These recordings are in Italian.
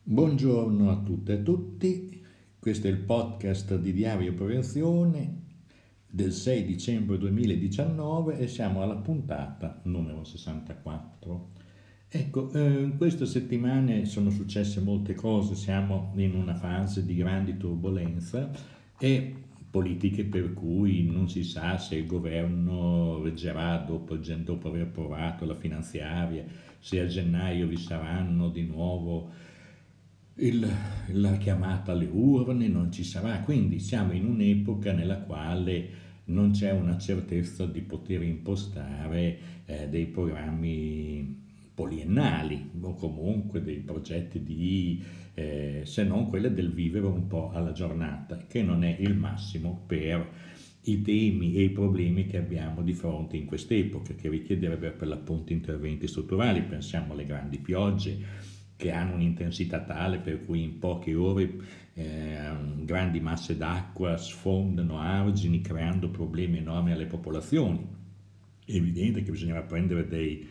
Buongiorno a tutte e a tutti, questo è il podcast di Diario Prevenzione del 6 dicembre 2019 e siamo alla puntata numero 64. Ecco, in queste settimane sono successe molte cose, siamo in una fase di grandi turbolenza e politiche per cui non si sa se il governo reggerà dopo aver approvato la finanziaria, se a gennaio vi saranno di nuovo il- la chiamata alle urne, non ci sarà, quindi siamo in un'epoca nella quale non c'è una certezza di poter impostare dei programmi poliennali o comunque dei progetti se non quelle del vivere un po' alla giornata, che non è il massimo per i temi e i problemi che abbiamo di fronte in quest'epoca, che richiederebbe per l'appunto interventi strutturali. Pensiamo alle grandi piogge che hanno un'intensità tale per cui in poche ore grandi masse d'acqua sfondano argini creando problemi enormi alle popolazioni. È evidente che bisognerà prendere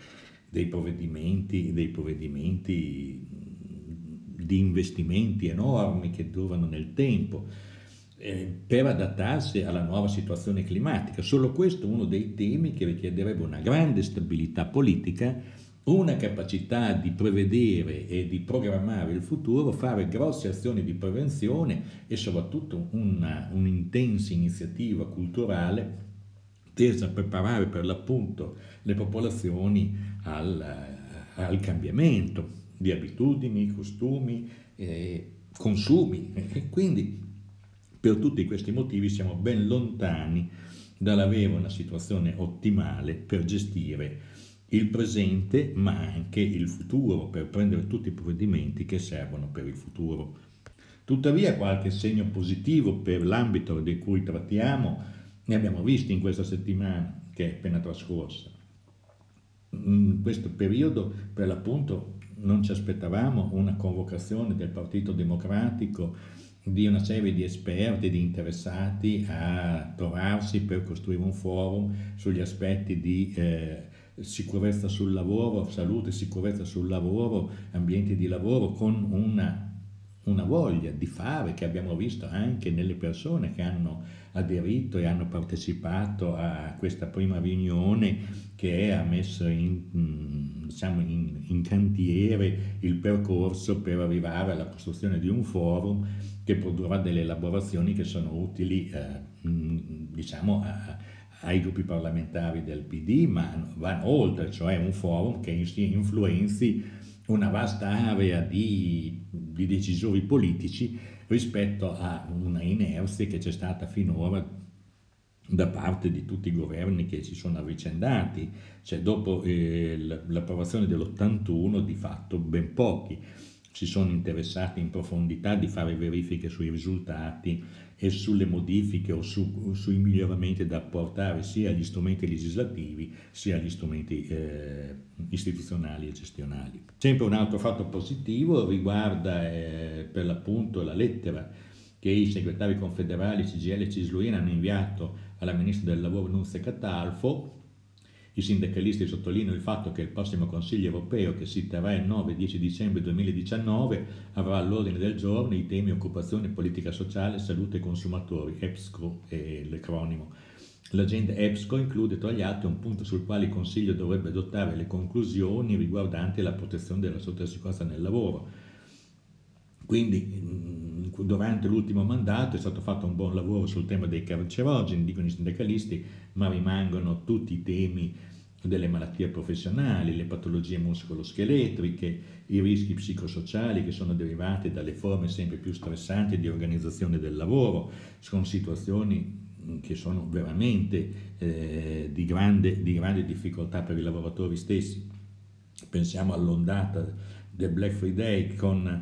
dei provvedimenti di investimenti enormi che durano nel tempo per adattarsi alla nuova situazione climatica. Solo questo è uno dei temi che richiederebbe una grande stabilità politica, una capacità di prevedere e di programmare il futuro, fare grosse azioni di prevenzione e soprattutto un'intensa iniziativa culturale tesa a preparare per l'appunto le popolazioni al cambiamento di abitudini, costumi, consumi. E quindi per tutti questi motivi siamo ben lontani dall'avere una situazione ottimale per gestire il presente ma anche il futuro, per prendere tutti i provvedimenti che servono per il futuro. Tuttavia qualche segno positivo per l'ambito di cui trattiamo ne abbiamo visti in questa settimana che è appena trascorsa. In questo periodo, per l'appunto, non ci aspettavamo una convocazione del Partito Democratico di una serie di esperti, di interessati a trovarsi per costruire un forum sugli aspetti di sicurezza sul lavoro, salute e sicurezza sul lavoro, ambienti di lavoro, con una voglia di fare che abbiamo visto anche nelle persone che hanno aderito e hanno partecipato a questa prima riunione che ha messo diciamo in cantiere il percorso per arrivare alla costruzione di un forum che produrrà delle elaborazioni che sono utili diciamo ai gruppi parlamentari del PD, ma vanno oltre, cioè un forum che influenzi una vasta area di decisori politici rispetto a una inerzia che c'è stata finora da parte di tutti i governi che si sono avvicendati, cioè dopo l'approvazione dell'81 di fatto ben pochi si sono interessati in profondità di fare verifiche sui risultati e sulle modifiche o sui miglioramenti da apportare sia agli strumenti legislativi sia agli strumenti istituzionali e gestionali. Sempre un altro fatto positivo riguarda per l'appunto la lettera che i segretari confederali CGIL e CISLUIN hanno inviato alla Ministra del Lavoro Nunzia Catalfo. I sindacalisti sottolineano il fatto che il prossimo Consiglio europeo, che si terrà il 9-10 dicembre 2019, avrà all'ordine del giorno i temi occupazione, politica sociale, salute e consumatori, EPSCO è l'acronimo. L'agenda EPSCO include tra gli altri un punto sul quale il Consiglio dovrebbe adottare le conclusioni riguardanti la protezione della salute e sicurezza nel lavoro. Quindi durante l'ultimo mandato è stato fatto un buon lavoro sul tema dei cancerogeni, dicono i sindacalisti, ma rimangono tutti i temi delle malattie professionali, le patologie muscoloscheletriche, i rischi psicosociali che sono derivati dalle forme sempre più stressanti di organizzazione del lavoro, con situazioni che sono veramente di grande difficoltà per i lavoratori stessi. Pensiamo all'ondata del Black Friday con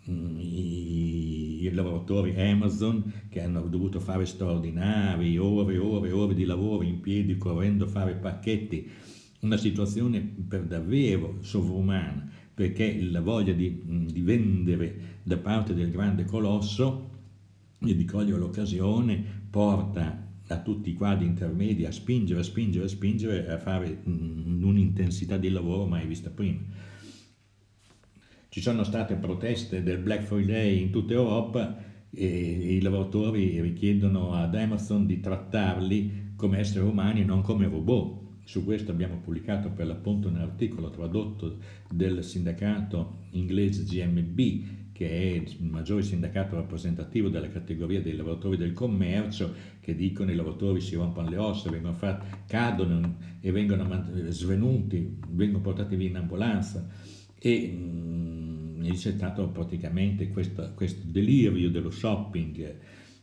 i lavoratori Amazon che hanno dovuto fare straordinari ore e ore e ore di lavoro in piedi correndo a fare pacchetti, una situazione per davvero sovrumana, perché la voglia di vendere da parte del grande colosso e di cogliere l'occasione porta a tutti i quadri intermedi a spingere, a spingere, a spingere, a fare un'intensità di lavoro mai vista prima. Ci sono state proteste del Black Friday in tutta Europa e i lavoratori richiedono ad Amazon di trattarli come esseri umani, non come robot. Su questo abbiamo pubblicato per l'appunto un articolo tradotto del sindacato inglese GMB, che è il maggiore sindacato rappresentativo della categoria dei lavoratori del commercio, che dicono che i lavoratori si rompono le ossa, vengono fatti, cadono e vengono svenuti, vengono portati via in ambulanza e c'è stato praticamente questo delirio dello shopping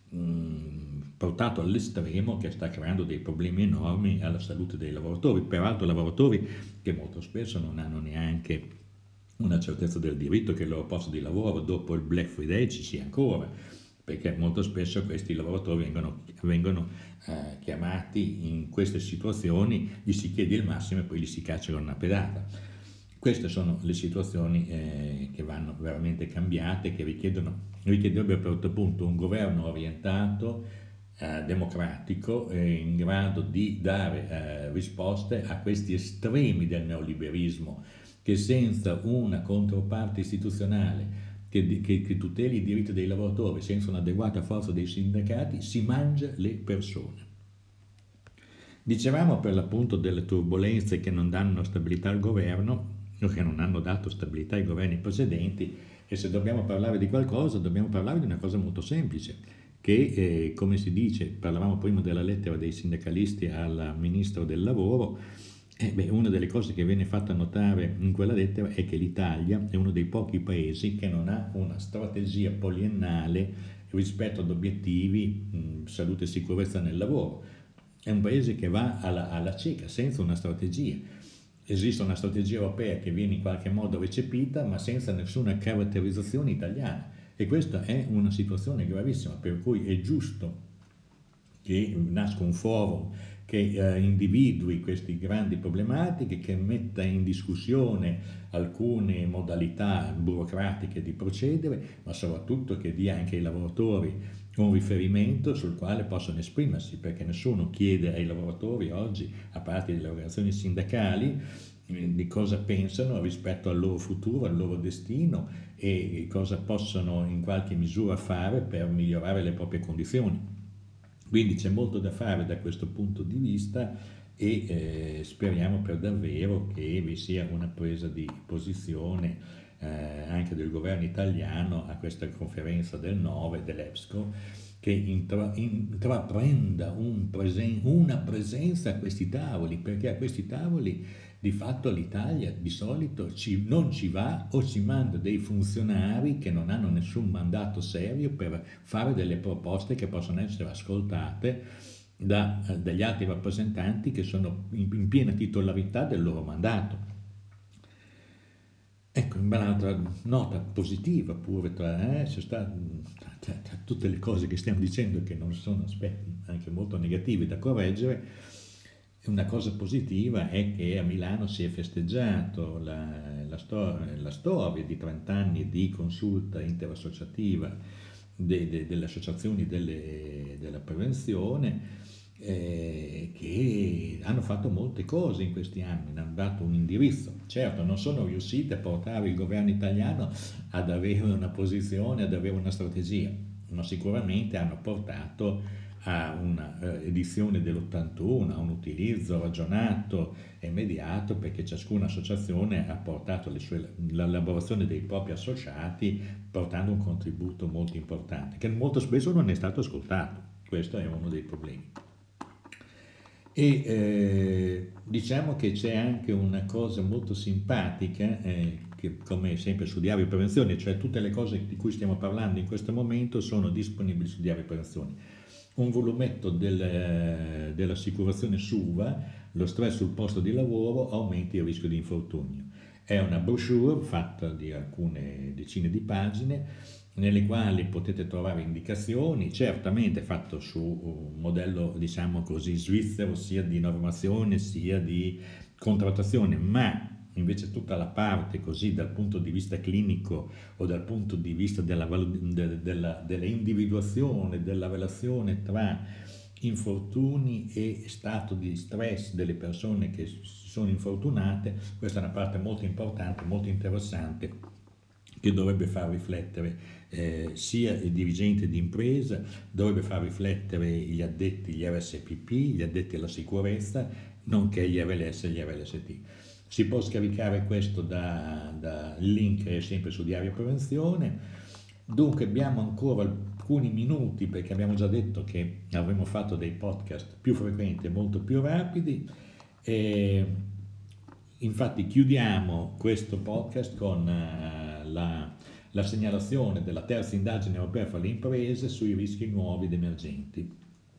portato all'estremo, che sta creando dei problemi enormi alla salute dei lavoratori, peraltro lavoratori che molto spesso non hanno neanche una certezza del diritto che il loro posto di lavoro dopo il Black Friday ci sia ancora, perché molto spesso questi lavoratori vengono chiamati in queste situazioni, gli si chiede il massimo e poi gli si caccia con una pedata. Queste sono le situazioni che vanno veramente cambiate, che richiederebbe per appunto un governo orientato, democratico, in grado di dare risposte a questi estremi del neoliberismo, che senza una controparte istituzionale che tuteli i diritti dei lavoratori, senza un'adeguata forza dei sindacati, si mangia le persone. Dicevamo per l'appunto delle turbulenze che non danno stabilità al governo, o che non hanno dato stabilità ai governi precedenti, e se dobbiamo parlare di qualcosa, dobbiamo parlare di una cosa molto semplice, che come si dice, parlavamo prima della lettera dei sindacalisti al ministro del lavoro, una delle cose che viene fatta notare in quella lettera è che l'Italia è uno dei pochi paesi che non ha una strategia poliennale rispetto ad obiettivi salute e sicurezza nel lavoro. È un paese che va alla cieca, senza una strategia. Esiste una strategia europea che viene in qualche modo recepita, ma senza nessuna caratterizzazione italiana. E questa è una situazione gravissima, per cui è giusto che nasca un forum che individui queste grandi problematiche, che metta in discussione alcune modalità burocratiche di procedere, ma soprattutto che dia anche ai lavoratori un riferimento sul quale possono esprimersi, perché nessuno chiede ai lavoratori oggi, a parte le organizzazioni sindacali, di cosa pensano rispetto al loro futuro, al loro destino e cosa possono in qualche misura fare per migliorare le proprie condizioni. Quindi c'è molto da fare da questo punto di vista e speriamo per davvero che vi sia una presa di posizione anche del governo italiano a questa conferenza del 9 dell'EPSCO, che intraprenda una presenza a questi tavoli, perché a questi tavoli di fatto l'Italia di solito non ci va o ci manda dei funzionari che non hanno nessun mandato serio per fare delle proposte che possono essere ascoltate dagli altri rappresentanti che sono in piena titolarità del loro mandato. Ecco, un'altra nota positiva pure tra tutte le cose che stiamo dicendo, che non sono aspetti anche molto negativi da correggere. Una cosa positiva è che a Milano si è festeggiato la storia di 30 anni di consulta interassociativa delle associazioni della prevenzione, che hanno fatto molte cose in questi anni, hanno dato un indirizzo. Certo, non sono riuscite a portare il governo italiano ad avere una posizione, ad avere una strategia, ma sicuramente hanno portato a una edizione dell'81, a un utilizzo ragionato e immediato, perché ciascuna associazione ha portato l'elaborazione dei propri associati, portando un contributo molto importante, che molto spesso non è stato ascoltato. Questo è uno dei problemi. E diciamo che c'è anche una cosa molto simpatica, che come sempre su Diario Prevenzione, cioè tutte le cose di cui stiamo parlando in questo momento sono disponibili su Diario Prevenzione. Un volumetto dell'assicurazione SUVA, lo stress sul posto di lavoro aumenta il rischio di infortunio. È una brochure fatta di alcune decine di pagine, nelle quali potete trovare indicazioni, certamente fatto su un modello, diciamo così, svizzero, sia di normazione sia di contrattazione, ma invece tutta la parte così dal punto di vista clinico o dal punto di vista dell'individuazione, della relazione tra infortuni e stato di stress delle persone che si sono infortunate, questa è una parte molto importante, molto interessante, che dovrebbe far riflettere sia i dirigenti di impresa, dovrebbe far riflettere gli addetti, gli RSPP, gli addetti alla sicurezza, nonché gli RLS e gli RLST. Si può scaricare questo il link è sempre su Diario Prevenzione. Dunque abbiamo ancora alcuni minuti perché abbiamo già detto che avremmo fatto dei podcast più frequenti e molto più rapidi. E infatti chiudiamo questo podcast con la segnalazione della terza indagine europea fra le imprese sui rischi nuovi ed emergenti.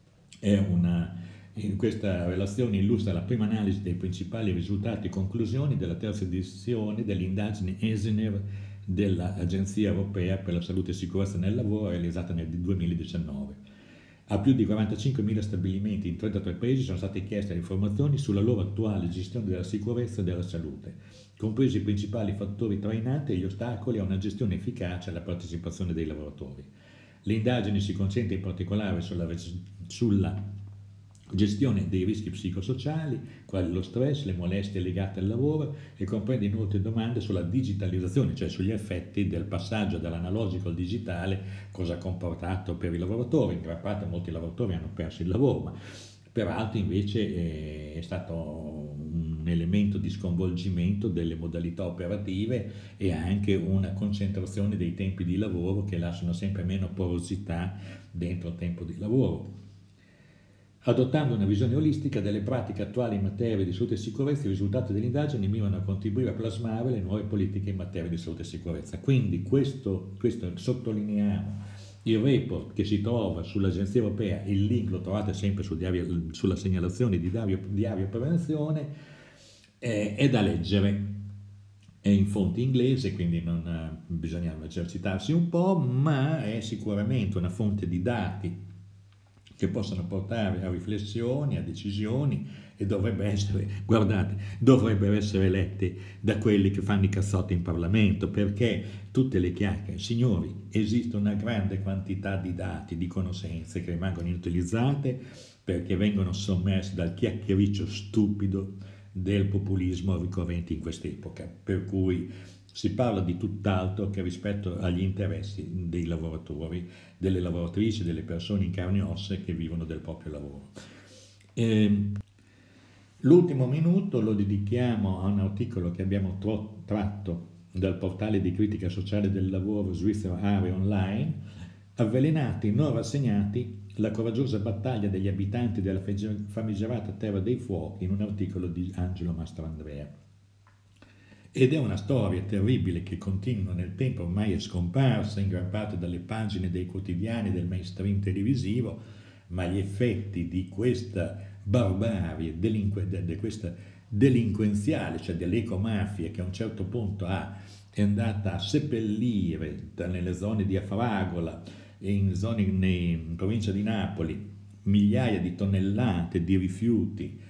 In questa relazione illustra la prima analisi dei principali risultati e conclusioni della terza edizione dell'indagine ESINER dell'Agenzia Europea per la Salute e Sicurezza nel Lavoro realizzata nel 2019. A più di 45.000 stabilimenti in 33 paesi sono state chieste informazioni sulla loro attuale gestione della sicurezza e della salute, compresi i principali fattori trainanti e gli ostacoli a una gestione efficace alla partecipazione dei lavoratori. L'indagine si concentra in particolare sulla gestione dei rischi psicosociali, quali lo stress, le molestie legate al lavoro, e comprende inoltre domande sulla digitalizzazione, cioè sugli effetti del passaggio dall'analogico al digitale, cosa ha comportato per i lavoratori. In gran parte molti lavoratori hanno perso il lavoro, ma per altri invece è stato un elemento di sconvolgimento delle modalità operative e anche una concentrazione dei tempi di lavoro che lasciano sempre meno porosità dentro il tempo di lavoro. Adottando una visione olistica delle pratiche attuali in materia di salute e sicurezza, i risultati delle indagini mirano a contribuire a plasmare le nuove politiche in materia di salute e sicurezza. Quindi questo sottolineiamo il report che si trova sull'Agenzia Europea, il link lo trovate sempre sulla segnalazione di Diario Prevenzione, è da leggere. È in fonte inglese, quindi non bisogna esercitarsi un po', ma è sicuramente una fonte di dati che possono portare a riflessioni, a decisioni, e dovrebbero essere lette da quelli che fanno i cazzotti in Parlamento, perché tutte le chiacchiere, signori, esiste una grande quantità di dati, di conoscenze che rimangono inutilizzate perché vengono sommersi dal chiacchiericcio stupido del populismo ricorrente in quest'epoca, per cui si parla di tutt'altro che rispetto agli interessi dei lavoratori, delle lavoratrici, delle persone in carne e ossa che vivono del proprio lavoro. L'ultimo minuto lo dedichiamo a un articolo che abbiamo tratto dal portale di critica sociale del lavoro svizzero Area Online. Avvelenati, non rassegnati, la coraggiosa battaglia degli abitanti della famigerata Terra dei Fuochi, in un articolo di Angelo Mastrandrea. Ed è una storia terribile che continua nel tempo, ormai è scomparsa in gran parte dalle pagine dei quotidiani del mainstream televisivo, ma gli effetti di questa barbarie, di questa delinquenziale, cioè dell'ecomafia che a un certo punto è andata a seppellire nelle zone di Afragola e in provincia di Napoli migliaia di tonnellate di rifiuti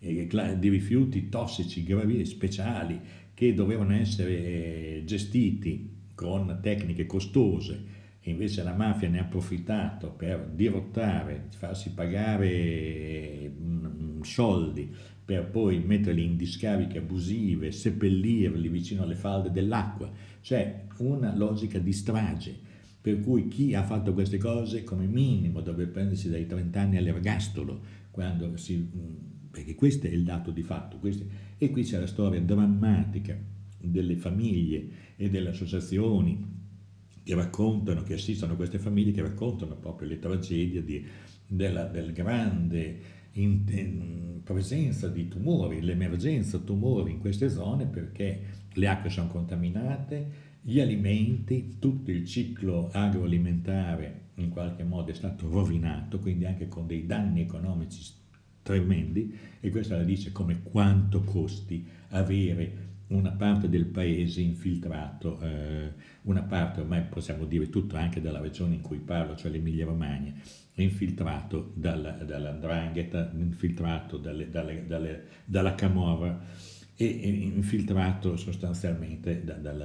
tossici, gravi e speciali, che dovevano essere gestiti con tecniche costose, e invece la mafia ne ha approfittato per dirottare, farsi pagare soldi per poi metterli in discariche abusive, seppellirli vicino alle falde dell'acqua. C'è una logica di strage, per cui chi ha fatto queste cose come minimo dovrebbe prendersi dai 30 anni all'ergastolo, perché questo è il dato di fatto. E qui c'è la storia drammatica delle famiglie e delle associazioni che assistono queste famiglie, che raccontano proprio le tragedie della grande presenza di tumori, l'emergenza tumori in queste zone, perché le acque sono contaminate, gli alimenti, tutto il ciclo agroalimentare in qualche modo è stato rovinato, quindi anche con dei danni economici tremendi, e questa la dice come quanto costi avere una parte del paese infiltrato, una parte, ormai possiamo dire tutto, anche dalla regione in cui parlo, cioè l'Emilia Romagna, infiltrato dall''ndrangheta, infiltrato dalla Camorra e infiltrato sostanzialmente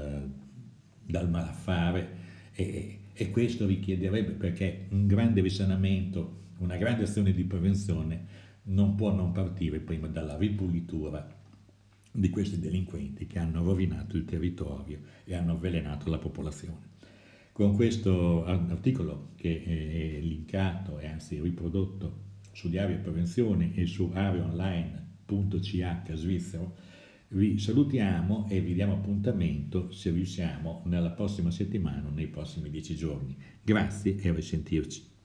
dal malaffare, e questo richiederebbe, perché un grande risanamento, una grande azione di prevenzione non può non partire prima dalla ripulitura di questi delinquenti che hanno rovinato il territorio e hanno avvelenato la popolazione. Con questo articolo che è linkato e anzi riprodotto su Diario Prevenzione e su arionline.ch svizzero, vi salutiamo e vi diamo appuntamento, se riusciamo, nella prossima settimana o nei prossimi 10 giorni. Grazie e a risentirci.